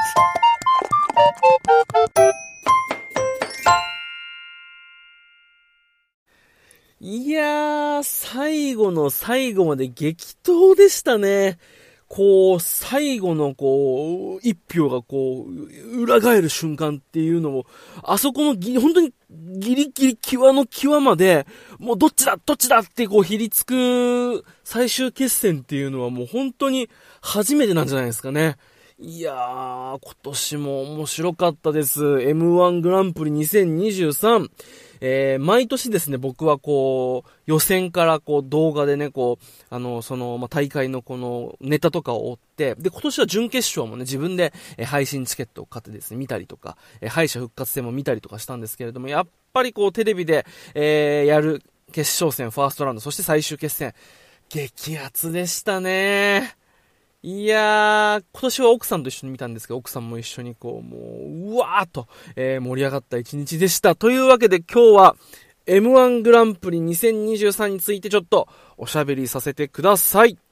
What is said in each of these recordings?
いやー、最後の最後まで激闘でしたね。こう、最後のこう、一票がこう、裏返る瞬間っていうのを、あそこの本当にギリギリ際の際まで、もうどっちだってこう、ひりつく最終決戦っていうのはもう本当に初めてなんじゃないですかね。いやー、今年も面白かったです。M1 グランプリ2023。毎年ですね、僕はこう、予選からこう、動画でね、こう、大会のこの、ネタとかを追って、で、今年は準決勝もね、自分で、配信チケットを買ってですね、見たりとか、敗者復活戦も見たりとかしたんですけれども、やっぱりこう、テレビで、やる決勝戦、ファーストラウンド、そして最終決戦、激アツでしたね。いやー、今年は奥さんと一緒に見たんですけど、奥さんも一緒にこう、もう、うわーっと、盛り上がった一日でした。というわけで今日は、M1 グランプリ2023についてちょっとおしゃべりさせてください。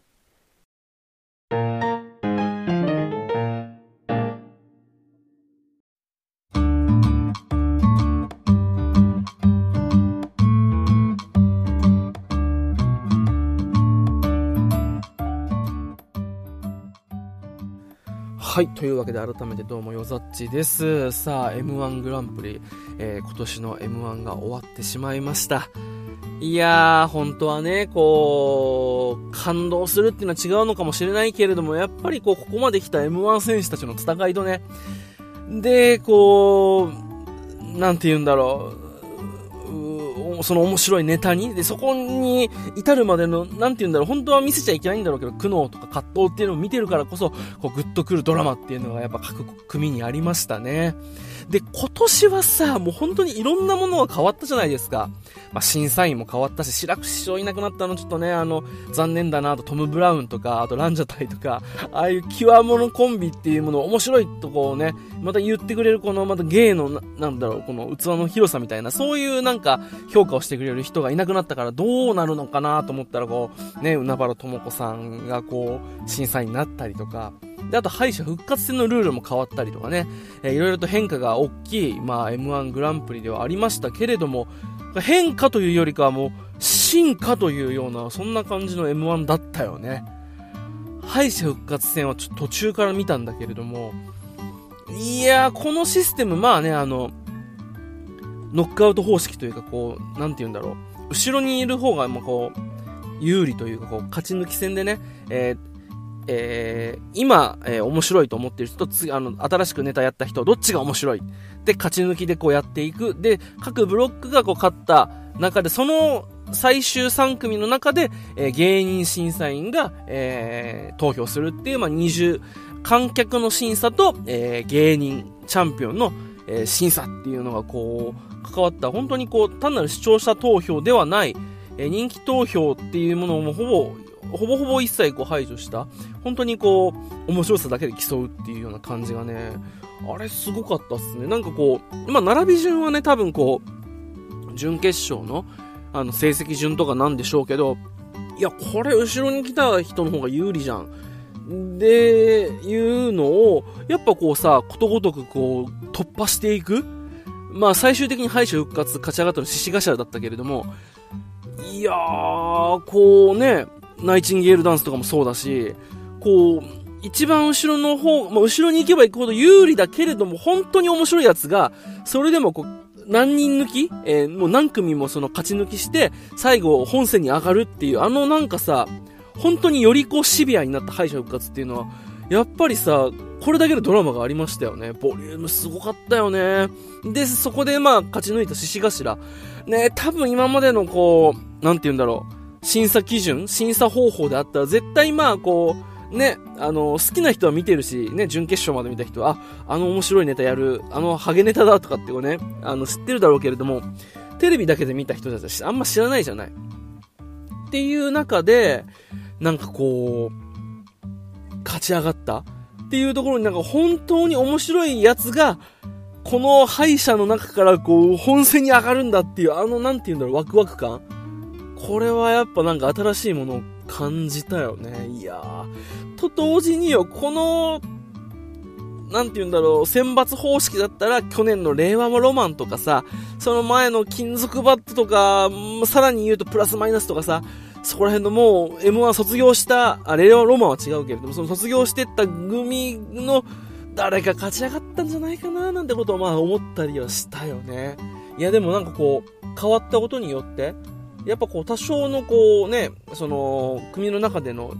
はい。というわけで改めてどうもよざっちです。さあ、M1 グランプリ、今年の M1 が終わってしまいました。いやー、本当はね、こう、感動するっていうのは違うのかもしれないけれども、やっぱりここまで来た M1 選手たちの戦いとね、で、こう、なんて言うんだろう、その面白いネタに、で、そこに至るまでの、なんて言うんだろう、本当は見せちゃいけないんだろうけど、苦悩とか葛藤っていうのを見てるからこそ、こう、グッとくるドラマっていうのがやっぱ各組にありましたね。で、今年はさ、もう本当にいろんなものが変わったじゃないですか。まあ、審査員も変わったし、志らく師匠いなくなったのちょっとね、残念だなと、トム・ブラウンとか、あとランジャタイとか、ああいう極物コンビっていうものを面白いとこうね、また言ってくれるこの、また芸の、なんだろう、この器の広さみたいな、そういうなんか、評価をしてくれる人がいなくなったからどうなるのかなと思ったら、こう、ね、海原智子さんがこう、審査員になったりとか、で、あと敗者復活戦のルールも変わったりとかね、いろいろと変化が大きい、まあ M1 グランプリではありましたけれども、変化というよりかはもう進化というような、そんな感じの M1 だったよね。敗者復活戦はちょっと途中から見たんだけれども、いやー、このシステム、まあね、ノックアウト方式というか、こう、なんて言うんだろう、後ろにいる方が、まあこう、有利というか、こう、勝ち抜き戦でね、今、面白いと思っている人と次、新しくネタやった人、どっちが面白いで、勝ち抜きでこうやっていく。で、各ブロックがこう勝った中で、その最終3組の中で、芸人審査員が、投票するっていう、まあ、観客の審査と、芸人チャンピオンの、審査っていうのがこう、関わった、本当にこう、単なる視聴者投票ではない、人気投票っていうものをもうほぼほぼ一切こう排除した、本当にこう、面白さだけで競うっていうような感じがね、あれすごかったっすね。なんかこう、まあ、並び順はね、多分こう、準決勝の、成績順とかなんでしょうけど、いや、これ後ろに来た人の方が有利じゃん。で、いうのを、やっぱこうさ、ことごとくこう、突破していく。まあ、最終的に敗者復活勝ち上がったの獅子頭だったけれども、いやー、こうね、ナイチンゲールダンスとかもそうだし、こう、一番後ろの方、まあ、後ろに行けば行くほど有利だけれども、本当に面白いやつが、それでもこう、何人抜き、もう何組もその勝ち抜きして、最後本戦に上がるっていう、なんかさ、本当によりこうシビアになった敗者復活っていうのは、やっぱりさ、これだけのドラマがありましたよね。ボリュームすごかったよね。で、そこでまあ、勝ち抜いた獅子頭。ね、多分今までのこう、なんて言うんだろう。審査基準審査方法であったら絶対まあこうね好きな人は見てるしね、準決勝まで見た人は面白いネタやるハゲネタだとかってこうね知ってるだろうけれども、テレビだけで見た人たちはあんま知らないじゃないっていう中で、なんかこう勝ち上がったっていうところに、なんか本当に面白いやつがこの敗者の中からこう本戦に上がるんだっていうなんて言うんだろう、ワクワク感。これはやっぱなんか新しいものを感じたよね。いやー。と同時によ、この、 なんて言うんだろう、選抜方式だったら去年の令和ロマンとかさ、その前の金属バットとか、さらに言うとプラスマイナスとかさ、そこら辺のもう M1 卒業した、令和ロマンは違うけれども、その卒業してった組の誰か勝ち上がったんじゃないかななんてことを思ったりはしたよね。いやでもなんかこう、変わったことによって、やっぱこう多少のこうね、その組の中での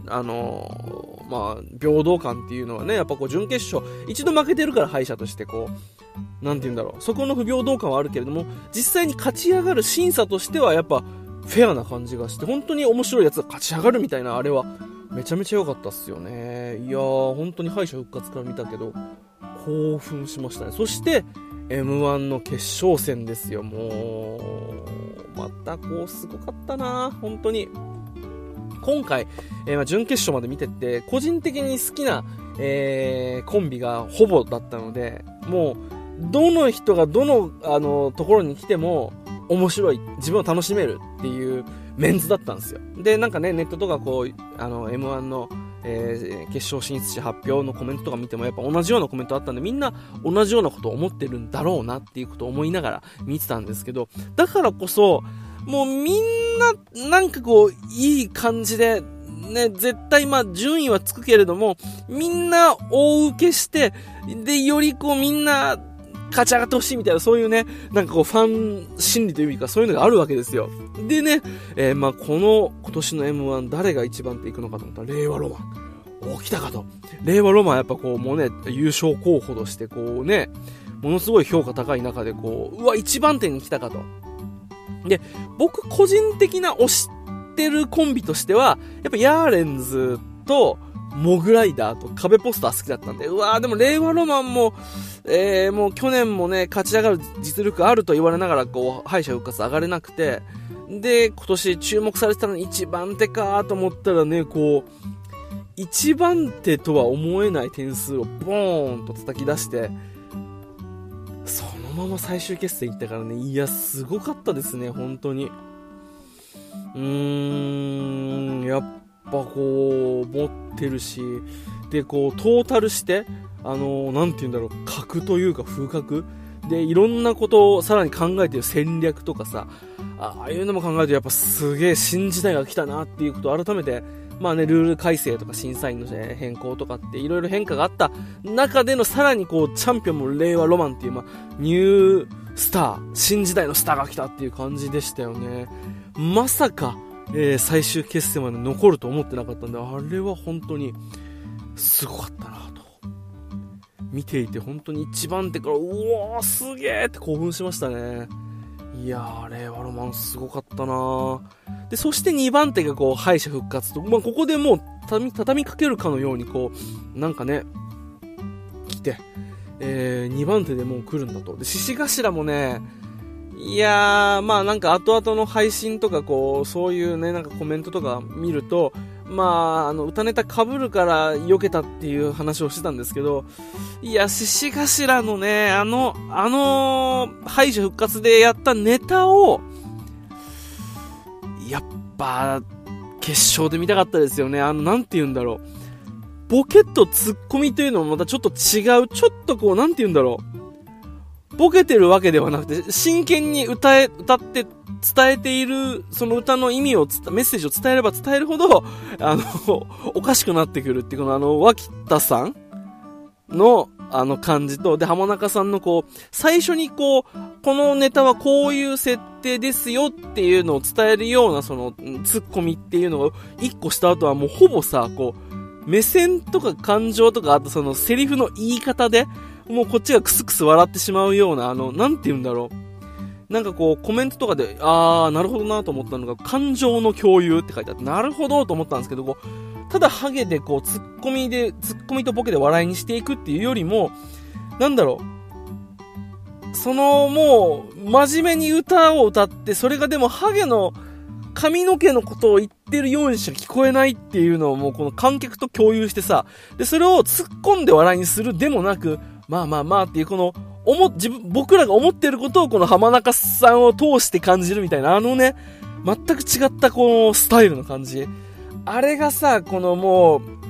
平等感っていうのはね、やっぱこう準決勝一度負けてるから敗者としてこうなんて言うんだろう、そこの不平等感はあるけれども、実際に勝ち上がる審査としてはやっぱフェアな感じがして、本当に面白いやつが勝ち上がるみたいな、あれはめちゃめちゃ良かったっすよね。いやー本当に敗者復活から見たけど興奮しましたね。そして M1 の決勝戦ですよ。もうまたこうすごかったな本当に。今回、準決勝まで見てって個人的に好きな、コンビがほぼだったので、もうどの人がどの、ところに来ても面白い、自分を楽しめるっていうメンツだったんですよ。でなんかね、ネットとかこうM1 の、決勝進出者発表のコメントとか見てもやっぱ同じようなコメントあったんで、みんな同じようなことを思ってるんだろうなっていうことを思いながら見てたんですけど、だからこそもうみんななんかこういい感じでね、絶対順位はつくけれども、みんな大受けして、でよりこうみんな勝ち上がってほしいみたいな、そういうね、なんかこうファン心理というかそういうのがあるわけですよ。でね、今年の M1 誰が一番手いくのかと思ったら令和ロマン来たかと。令和ロマンやっぱこうもうね、優勝候補としてこうね、ものすごい評価高い中でこう一番手に来たかと。で僕個人的な推してるコンビとしてはやっぱヤーレンズとモグライダーと壁ポスター好きだったんで、でも令和ロマンも、もう去年もね勝ち上がる実力あると言われながらこう敗者復活上がれなくて、で今年注目されてたのに一番手かと思ったらね、こう一番手とは思えない点数をボーンと叩き出して、そのまま最終決戦行ったからね、いやすごかったですね本当に。やっぱこう持ってるし、でこうトータルしてなんて言うんだろう、格というか風格でいろんなことをさらに考えてる戦略とかさ、ああいうのも考えるとやっぱすげえ新時代が来たなっていうことを改めてルール改正とか審査員の変更とかっていろいろ変化があった中でのさらにこうチャンピオンも令和ロマンっていうニュースター、新時代のスターが来たっていう感じでしたよね。まさか、最終決戦まで残ると思ってなかったんで、あれは本当にすごかったなと。見ていて本当に一番手からすげーって興奮しましたね。いやー令和ロマンすごかったな。でそして2番手がこう敗者復活と、ここでもう畳みかけるかのようにこうなんかね来て、2番手でもう来るんだと。で獅子頭もね、いやーなんか後々の配信とかこうそういうねなんかコメントとか見ると歌ネタ被るから避けたっていう話をしてたんですけど、いや獅子頭のね敗者復活でやったネタをやっぱ決勝で見たかったですよね。なんて言うんだろう、ボケとツッコミというのもまたちょっと違う、ちょっとこうなんて言うんだろう、ボケてるわけではなくて真剣に歌って伝えているその歌の意味をメッセージを伝えれば伝えるほどおかしくなってくるっていう、この脇田さんの感じと、で浜中さんのこう最初にこのネタはこういう設定ですよっていうのを伝えるようなそのツッコミっていうのを一個した後はもうほぼさこう目線とか感情とかあとそのセリフの言い方でもうこっちがクスクス笑ってしまうようななんて言うんだろう、なんかこうコメントとかでなるほどなと思ったのが感情の共有って書いてあって、なるほどと思ったんですけど、こうただハゲでこうツッコミとボケで笑いにしていくっていうよりもなんだろう、そのもう真面目に歌を歌って、それがでもハゲの髪の毛のことを言ってるようにしか聞こえないっていうのをもうこの観客と共有してさ、でそれを突っ込んで笑いにするでもなくっていうこの僕らが思ってることをこの浜中さんを通して感じるみたいな全く違ったこのスタイルの感じ、あれがさこのもう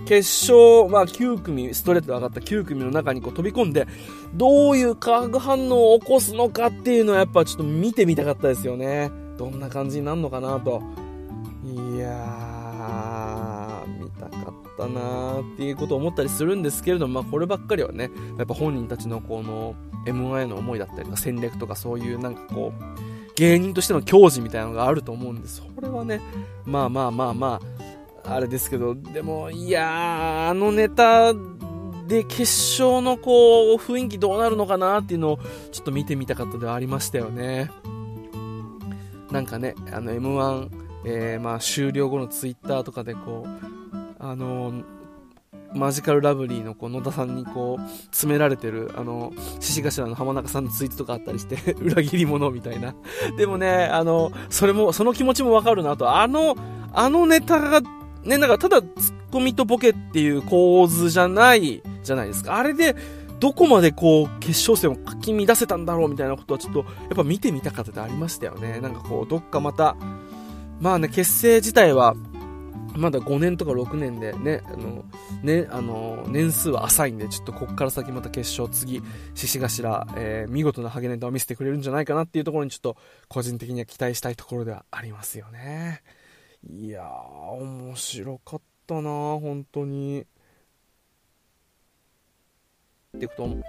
決勝、まあ9組、ストレートで上がった9組の中にこう飛び込んで、どういう化学反応を起こすのかっていうのはやっぱちょっと見てみたかったですよね。どんな感じになるのかなと。いやー、見たかったなーっていうことを思ったりするんですけれども、まあこればっかりはね、やっぱ本人たちのこの M1 への思いだったりとか戦略とかそういうなんかこう、芸人としての矜持みたいなのがあると思うんです。それはね、まあ、あれですけど、でも、いやー、あのネタで決勝のこう、雰囲気どうなるのかなっていうのをちょっと見てみたかったではありましたよね。なんかね、M1、まあ終了後のツイッターとかでこう、マジカルラブリーのこう野田さんにこう詰められてる獅子頭の浜中さんのツイートとかあったりして裏切り者みたいな。でもね、その気持ちもわかるなと。あのネタがね、なんかただツッコミとボケっていう構図じゃないじゃないですか。あれでどこまでこう決勝戦をかき乱せたんだろうみたいなことはちょっとやっぱ見てみたかったってありましたよね。なんかこうどっかまたまあね、結成自体はまだ5年とか6年でね、年数は浅いんで、ちょっとこっから先また決勝、次、獅子頭、見事なハゲネタを見せてくれるんじゃないかなっていうところにちょっと個人的には期待したいところではありますよね。いやー、面白かったなー、本当に。ってことを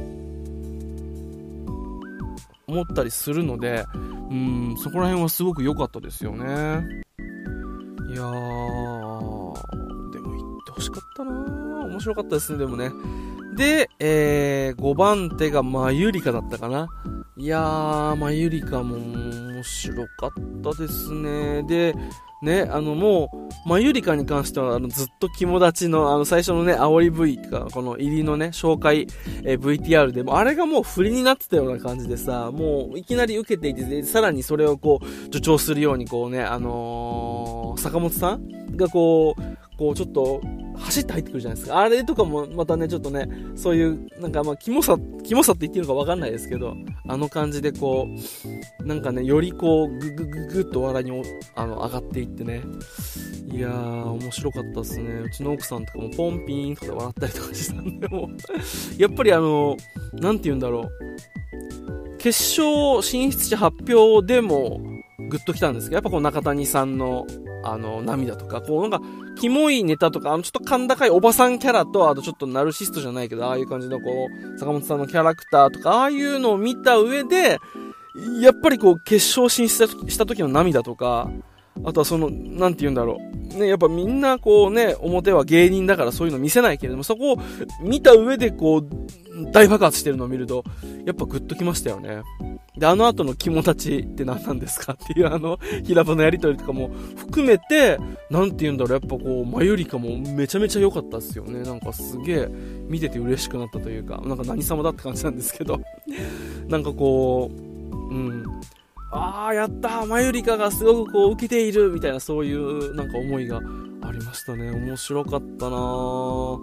思ったりするので、そこら辺はすごく良かったですよね。いやー、でも言ってほしかったなー。面白かったですね、でもね。で、5番手がマユリカだったかな。いやー、マユリカも面白かったですね。で、ね、もう、マユリカに関しては、ずっと肝立ちの、最初のね、煽り V とか、この入りのね、紹介、VTR でも、あれがもう振りになってたような感じでさ、もう、いきなり受けていて、さらにそれをこう、助長するように、こうね、坂本さんがこう、ちょっと、走って入ってくるじゃないですか。あれとかも、またね、ちょっとね、そういう、なんかまあ、キモさって言っていいのかわかんないですけど、あの感じでこう、なんかね、よりこう、ぐっと笑いに上がっていってね。いやー、面白かったですね。うちの奥さんとかもポンピーンとかで笑ったりとかしたんで、もう、やっぱりなんて言うんだろう。決勝進出者発表でも、グッときたんですけど、やっぱこう中谷さんの、涙とか、こうなんか、キモいネタとか、ちょっと甲高いおばさんキャラと、あとちょっとナルシストじゃないけど、ああいう感じのこう、坂本さんのキャラクターとか、ああいうのを見た上で、やっぱりこう、決勝進出した時の涙とか、あとはその、なんて言うんだろう。ね、やっぱみんなこうね、表は芸人だからそういうの見せないけれども、そこを見た上でこう、大爆発してるのを見ると、やっぱグッときましたよね。で、あの後の肝立ちって何なんですかっていう平場のやりとりとかも含めて、なんて言うんだろう、やっぱこう、マユリカもめちゃめちゃ良かったですよね。なんかすげえ、見てて嬉しくなったというか、なんか何様だって感じなんですけど。なんかこう、やったー、マユリカがすごくこう、受けているみたいな、そういうなんか思いがありましたね。面白かったなー。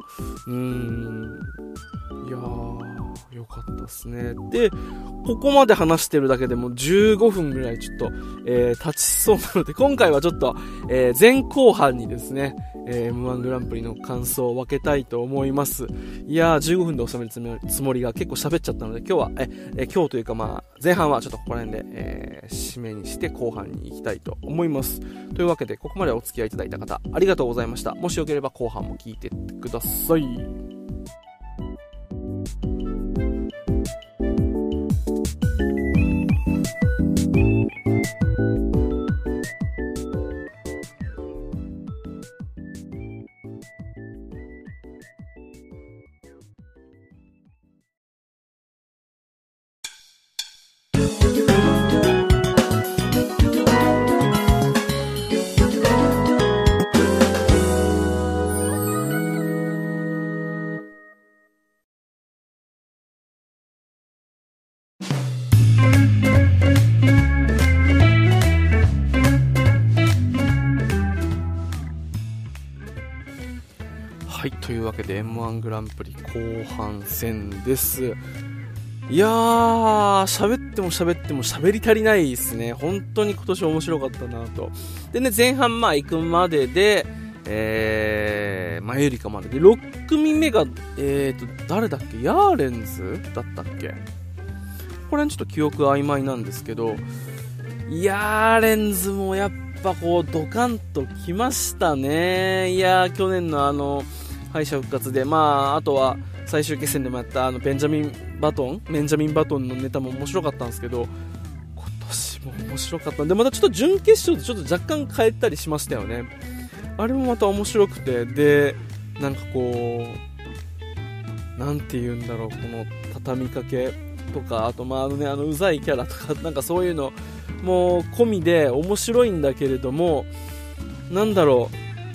いやー、よかったですね。で、ここまで話してるだけでも15分ぐらいちょっと、経ちそうなので、今回はちょっと、前後半にですね、M1 グランプリの感想を分けたいと思います。いやー、15分で収めるつもりが結構喋っちゃったので、今日は、今日というかまあ、前半はちょっとここら辺で、締めにして後半に行きたいと思います。というわけで、ここまでお付き合いいただいた方、ありがとうございました。もしよければ後半も聞いてってください。はい、というわけで M1 グランプリ後半戦です。いやー、喋っても喋り足りないですね。本当に今年面白かったなと。でね、前半行くまでで、 マユリカまでで、6組目が誰だっけ、ヤーレンズだったっけ、これはちょっと記憶曖昧なんですけど、ヤーレンズもやっぱこうドカンときましたね。いやー、去年の敗者復活で、あとは最終決戦でもやったベンジャミンバトンのネタも面白かったんですけど、今年も面白かったんで、またちょっと準決勝でちょっと若干変えたりしましたよね。あれもまた面白くて、でなんかこうなんて言うんだろう、この畳みかけとか、あとうざいキャラとか、なんかそういうのもう込みで面白いんだけれども、なんだろ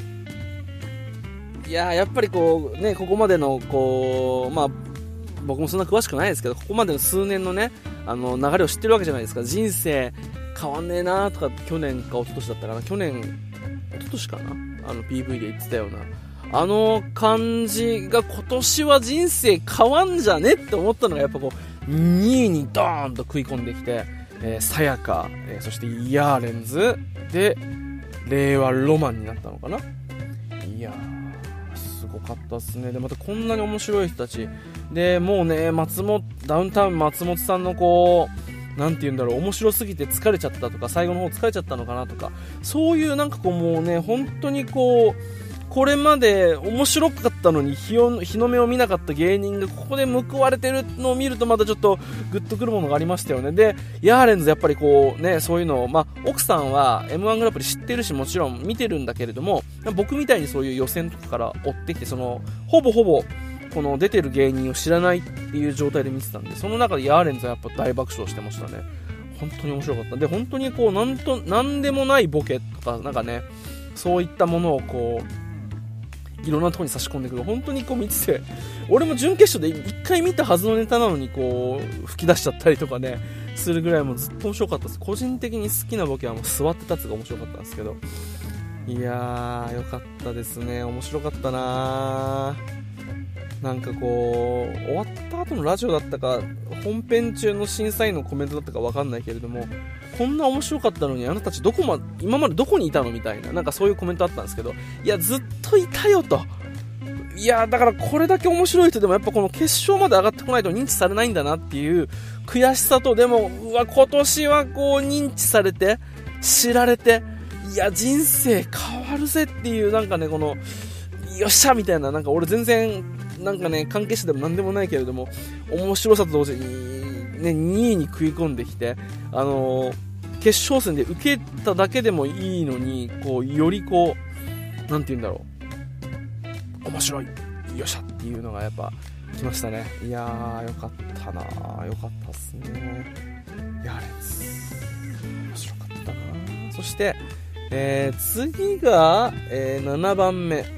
う、いやっぱりこうね、ここまでのこう僕もそんな詳しくないですけど、ここまでの数年のね流れを知ってるわけじゃないですか。人生変わんねえなとか、去年か一昨年だったかな、一昨年かな、PV で言ってたような感じが、今年は人生変わんじゃねって思ったのが、やっぱこう2位にドーンと食い込んできて、さやか、そしてヤーレンズで令和ロマンになったのかな。いやー、すごかったっすね。でまたこんなに面白い人たちで、もうね、ダウンタウン松本さんのこうなんて言うんだろう、面白すぎて疲れちゃったとか、最後の方疲れちゃったのかなとか、そういうなんかこうもうね、本当にこうこれまで面白かったのに日の目を見なかった芸人がここで報われてるのを見ると、またちょっとグッとくるものがありましたよね。でヤーレンズやっぱりこうね、そういうのを、奥さんは M1 グランプリ知ってるし、もちろん見てるんだけれども、僕みたいにそういう予選とかから追ってきて、ほぼこの出てる芸人を知らないっていう状態で見てたんで、その中でヤーレンズはやっぱ大爆笑してましたね。本当に面白かった。で本当にこうなんでもないボケとか、なんかね、そういったものをこういろんなところに差し込んでくる。本当にこう見てて、俺も準決勝で1回見たはずのネタなのにこう吹き出しちゃったりとかね、するぐらいもうずっと面白かったです。個人的に好きなボケはもう座って立つが面白かったんですけど、いやーよかったですね。面白かったなー。なんかこう終わった後のラジオだったか本編中の審査員のコメントだったか分かんないけれども、こんな面白かったのにあなたたち今までどこにいたのみたいな、なんかそういうコメントあったんですけど、いやずっといたよと。いやだからこれだけ面白い人でもやっぱこの決勝まで上がってこないと認知されないんだなっていう悔しさと、でも今年はこう認知されて知られて、いや人生変わるぜっていう、なんかね、このよっしゃみたいな、なんか俺全然なんかね関係者でもなんでもないけれども、面白さと同時にね2位に食い込んできて、決勝戦で受けただけでもいいのに、こうよりこうなんて言うんだろう、面白いよっしゃっていうのがやっぱ来ましたね。いやーよかったなー、よかったっすね。ヤーレンズ面白かったな。そして、次が、7番目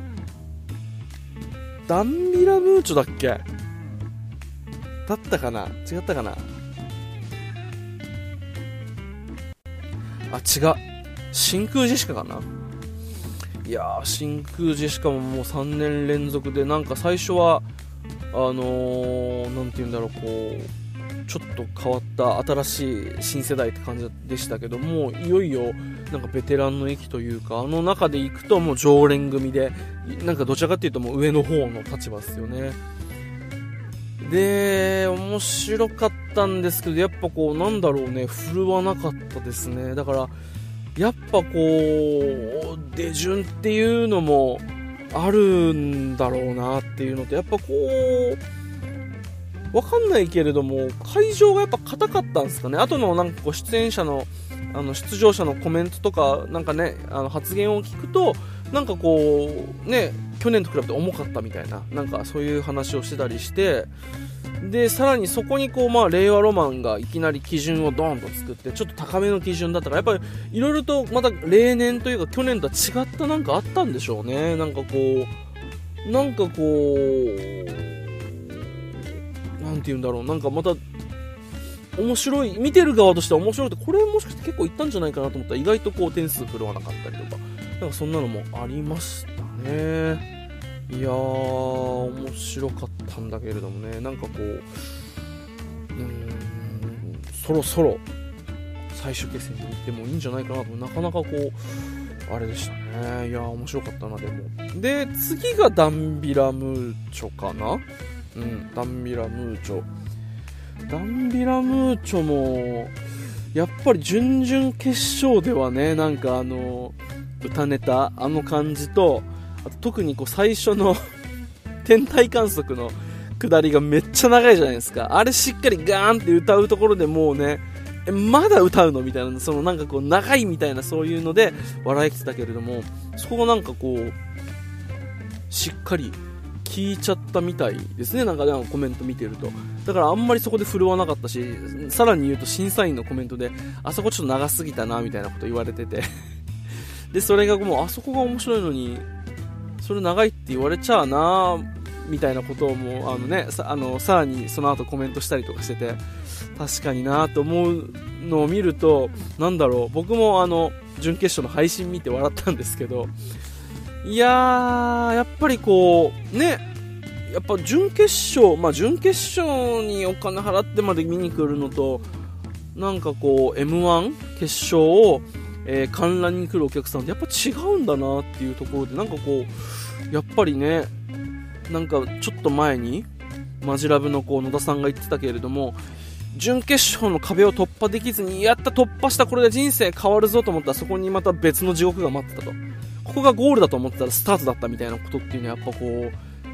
ダンビラムーチョだっけ、だったかな、違ったかな、違う、真空ジェシカかな。いやー真空ジェシカももう3年連続で、なんか最初はなんて言うんだろう、こうちょっと変わった新しい新世代って感じでしたけども、いよいよなんかベテランの域というか、中で行くともう常連組で、なんかどちらかというともう上の方の立場ですよね。で面白かったんですけど、やっぱこうなんだろうね、振るわなかったですね。だからやっぱこう出順っていうのもあるんだろうなっていうのと、やっぱこうわかんないけれども会場がやっぱ硬かったんですかね。後のなんかこう出演者の出場者のコメントとかなんかね、発言を聞くと、なんかこうね去年と比べて重かったみたいな、なんかそういう話をしてたりして、でさらにそこにこう令和ロマンがいきなり基準をドーンと作って、ちょっと高めの基準だったから、やっぱりいろいろとまた例年というか去年とは違ったなんかあったんでしょうね。なんかこうなんて言うんだろう、なんかまた面白い、見てる側としては面白いって、これもしかして結構いったんじゃないかなと思ったら、意外とこう点数振るわなかったりとか、なんかそんなのもありましたね。いやー面白かったんだけれどもね、なんかこうそろそろ最終決戦に行ってもいいんじゃないかなと。なかなかこうあれでしたね。いや面白かったな。でもで次がダンビラムーチョかな。ダンビラムーチョもやっぱり準々決勝ではね、なんか歌ネタ感じと、あと特にこう最初の天体観測の下りがめっちゃ長いじゃないですか。あれしっかりガーンって歌うところでもうね、まだ歌うのみたいな、そのなんかこう長いみたいな、そういうので笑いきてたけれども、そこがなんかこうしっかり聞いちゃったみたいですね。なんかコメント見てると、だからあんまりそこで振るわなかったし、さらに言うと審査員のコメントであそこちょっと長すぎたなみたいなこと言われててでそれがもうあそこが面白いのにそれ長いって言われちゃうなみたいなことをもうさらにその後コメントしたりとかしてて、確かになと思うのを見ると、なんだろう、僕も準決勝の配信見て笑ったんですけど、いやーやっぱりこうね、やっぱ準決勝にお金払ってまで見に来るのと、なんかこう M1 決勝を、観覧に来るお客さんってやっぱ違うんだなっていうところで、なんかこうやっぱりね、なんかちょっと前にマジラブの野田さんが言ってたけれども、準決勝の壁を突破できずに、やった突破した、これで人生変わるぞと思ったら、そこにまた別の地獄が待ってたと、ここがゴールだと思ってたらスタートだったみたいなことっていうのは、やっぱこう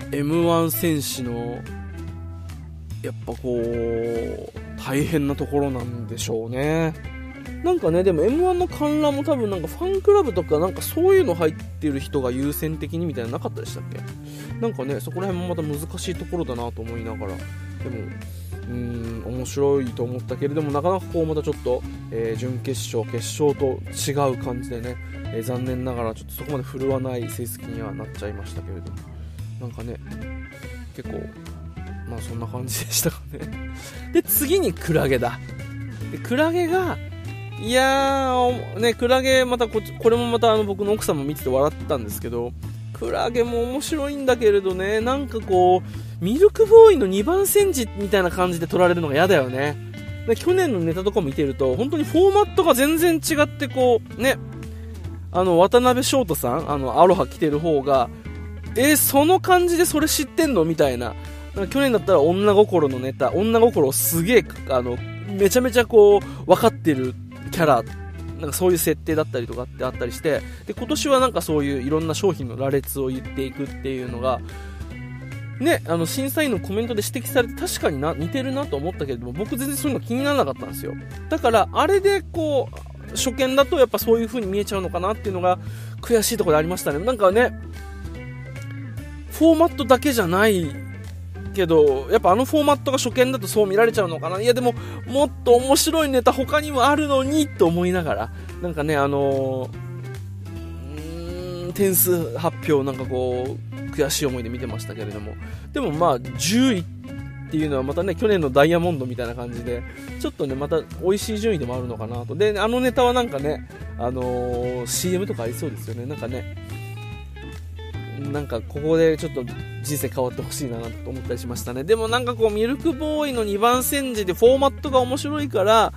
M1 戦士のやっぱこう大変なところなんでしょうね。なんかね、でも M1 の観覧も多分なんかファンクラブとかなんかそういうの入ってる人が優先的にみたいなのなかったでしたっけ。なんかね、そこら辺もまた難しいところだなと思いながら、でも面白いと思ったけれども、なかなかこうまたちょっと、準決勝決勝と違う感じでね、残念ながらちょっとそこまで振るわない成績にはなっちゃいましたけれども、なんかね結構まあそんな感じでしたかね。で次にクラゲだ。でクラゲがいやーね、クラゲまたこれもまた僕の奥さんも見てて笑ってたんですけど、クラゲも面白いんだけれどね、なんかこうミルクボーイの2番煎じみたいな感じで撮られるのが嫌だよね。で去年のネタとか見てると本当にフォーマットが全然違って、こうね、渡辺翔太さんアロハ着てる方がその感じでそれ知ってんのみたいな。去年だったら女心のネタ、女心をすげえめちゃめちゃこう分かってるキャラ、なんかそういう設定だったりとかってあったりして、で今年はなんかそういういろんな商品の羅列を言っていくっていうのがね、審査員のコメントで指摘されて確かに似てるなと思ったけれども、僕全然そういうの気にならなかったんですよ。だからあれでこう初見だとやっぱそういう風に見えちゃうのかなっていうのが悔しいところでありましたね。なんかね、フォーマットだけじゃないけど、やっぱフォーマットが初見だとそう見られちゃうのかな。いやでももっと面白いネタ他にもあるのにと思いながら、なんかね点数発表なんかこう悔しい思いで見てましたけれども、でもまあ10位っていうのはまたね、去年のダイヤモンドみたいな感じでちょっとねまた美味しい順位でもあるのかなと。でネタはなんかねCM とかありそうですよね。なんかね、なんかここでちょっと人生変わってほしいなと思ったりしましたね。でもなんかこうミルクボーイの2番煎じでフォーマットが面白いから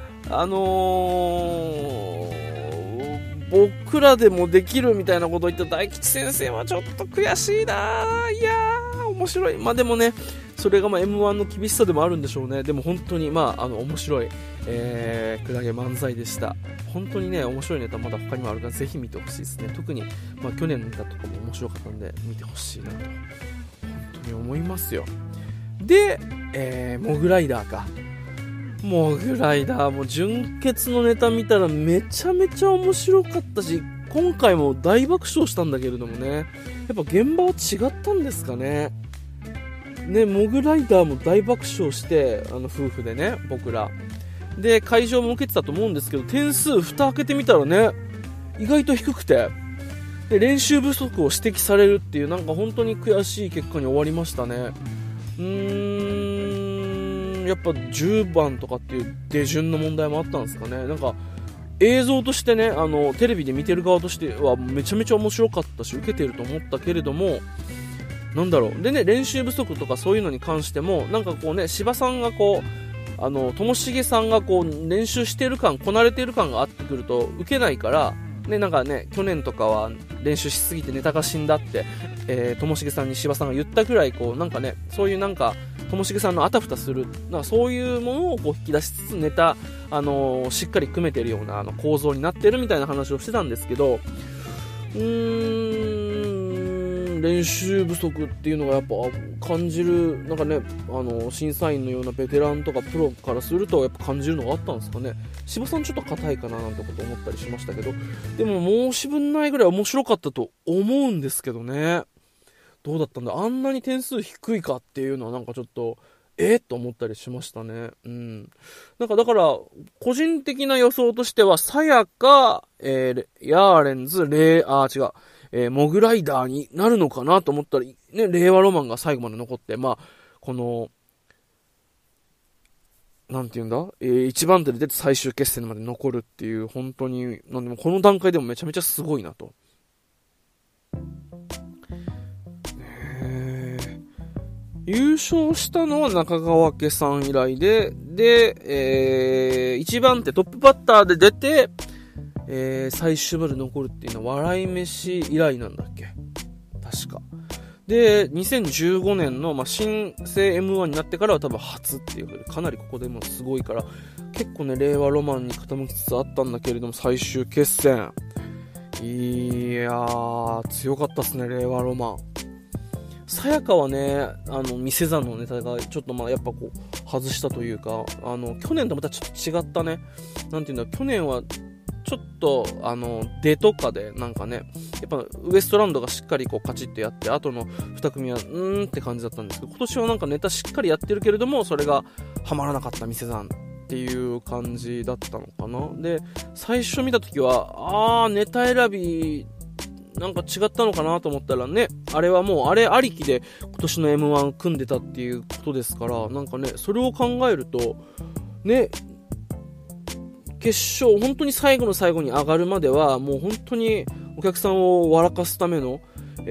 僕らでもできるみたいなことを言った大吉先生はちょっと悔しいな。いやー面白い。まあでもね、それがまあ M1 の厳しさでもあるんでしょうね。でも本当にまあ面白い、クラゲ漫才でした。本当にね面白いネタまだ他にもあるからぜひ見てほしいですね。特にまあ去年のネタとかも面白かったんで見てほしいなと本当に思いますよ。で、モグライダーか。モグライダーも純潔のネタ見たらめちゃめちゃ面白かったし、今回も大爆笑したんだけれどもね、やっぱ現場は違ったんですかね。モグライダーも大爆笑して夫婦でね、僕らで会場も受けてたと思うんですけど、点数蓋開けてみたらね意外と低くて、で練習不足を指摘されるっていう、なんか本当に悔しい結果に終わりましたね。やっぱ10番とかっていう出順の問題もあったんですかね。なんか映像としてね、テレビで見てる側としてはめちゃめちゃ面白かったし受けてると思ったけれども、なんだろうでね、練習不足とかそういうのに関してもなんかこうね、柴さんがこうともしげさんがこう練習してる感、こなれてる感があってくると受けないから、 ね、なんかね、去年とかは練習しすぎてネタが死んだって、ともしげさんに柴さんが言ったくらい、こう、なんかね、そういうなんか、ともしげさんのあたふたする、なんかそういうものをこう引き出しつつネタ、しっかり組めてるような構造になってるみたいな話をしてたんですけど、練習不足っていうのがやっぱ感じる、なんかね、審査員のようなベテランとかプロからするとやっぱ感じるのがあったんですかね。柴さんちょっと硬いかななんてこと思ったりしましたけど、でも申し分ないぐらい面白かったと思うんですけどね。どうだったんだ、あんなに点数低いかっていうのはなんかちょっとと思ったりしましたね。なんかだから個人的な予想としてはさやか、ヤーレンズ、モグライダーになるのかなと思ったら、ね、令和ロマンが最後まで残って、まあ、この、なんていうんだ、一番手で出て最終決戦まで残るっていう、本当に、なんでもこの段階でもめちゃめちゃすごいなと。優勝したのは中川家さん以来で、一番手トップバッターで出て、最終まで残るっていうのは笑い飯以来なんだっけ、確かで。2015年の、新生 M1 になってからは多分初っていうことで、かなりここでもすごいから、結構ね令和ロマンに傾きつつあったんだけれども、最終決戦いやー強かったっすね、令和ロマン。さやかはね、店座のネタがちょっとやっぱこう外したというか、去年とまたちょっと違ったね、なんていうんだ、去年はちょっと出とかでなんかね、やっぱウエストランドがしっかりこうカチッとやって、後の2組はって感じだったんですけど、今年はなんかネタしっかりやってるけれども、それがハマらなかった店さんっていう感じだったのかな。で最初見た時はネタ選びなんか違ったのかなと思ったらね、あれはもうあれありきで今年の M1 組んでたっていうことですから、なんかねそれを考えるとね、決勝本当に最後の最後に上がるまではもう本当にお客さんを笑かすための、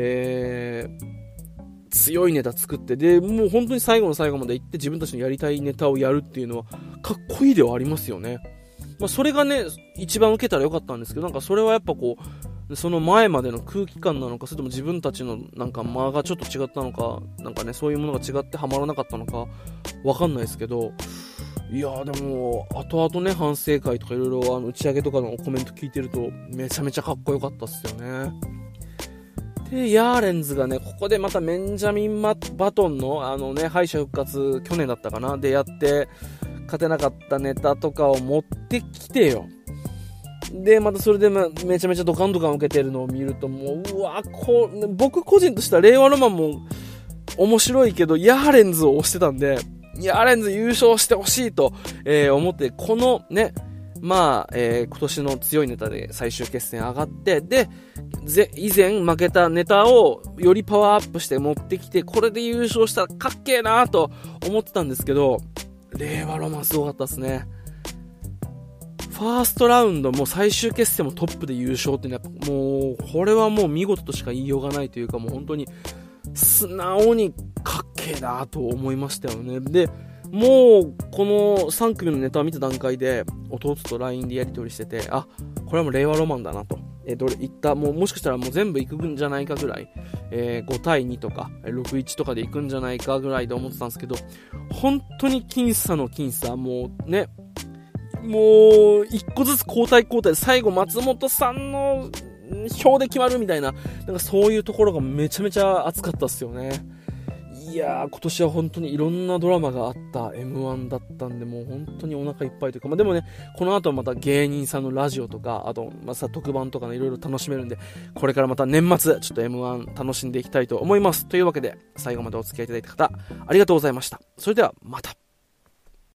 強いネタ作って、でもう本当に最後の最後まで行って自分たちのやりたいネタをやるっていうのはかっこいいではありますよね。それがね一番受けたらよかったんですけど、なんかそれはやっぱこうその前までの空気感なのか、それとも自分たちのなんか間がちょっと違ったのか、なんかねそういうものが違ってハマらなかったのかわかんないですけど、いやーでも後々ね反省会とかいろいろ打ち上げとかのコメント聞いてるとめちゃめちゃかっこよかったっすよね。でヤーレンズがねここでまたメンジャミン・バトンの敗者復活去年だったかなでやって勝てなかったネタとかを持ってきてよ。でまたそれでめちゃめちゃドカンドカン受けてるのを見るともう僕個人としては令和ロマンも面白いけどヤーレンズを推してたんで、ヤーレンズ優勝してほしいと、思って、このね今年の強いネタで最終決戦上がって、で以前負けたネタをよりパワーアップして持ってきて、これで優勝したらかっけーなと思ってたんですけど、令和ロマンすごかったですね。ファーストラウンドも最終決戦もトップで優勝ってね、もうこれはもう見事としか言いようがないというか、もう本当に素直にかっけーなと思いましたよね。でもうこの3組のネタを見た段階で弟と LINE でやり取りしてて、これはもう令和ロマンだなと、どれいったもしかしたらもう全部いくんじゃないかぐらい、5対2とか6-1とかでいくんじゃないかぐらいで思ってたんですけど、本当に僅差の僅差、もうねもう一個ずつ交代で最後松本さんの票で決まるみたいな、なんかそういうところがめちゃめちゃ熱かったっすよね。いやー今年は本当にいろんなドラマがあった M1 だったんで、もう本当にお腹いっぱいというか、でもねこの後また芸人さんのラジオとか、あと特番とかねいろいろ楽しめるんで、これからまた年末ちょっと M1 楽しんでいきたいと思います。というわけで最後までお付き合いいただいた方ありがとうございました。それではまた。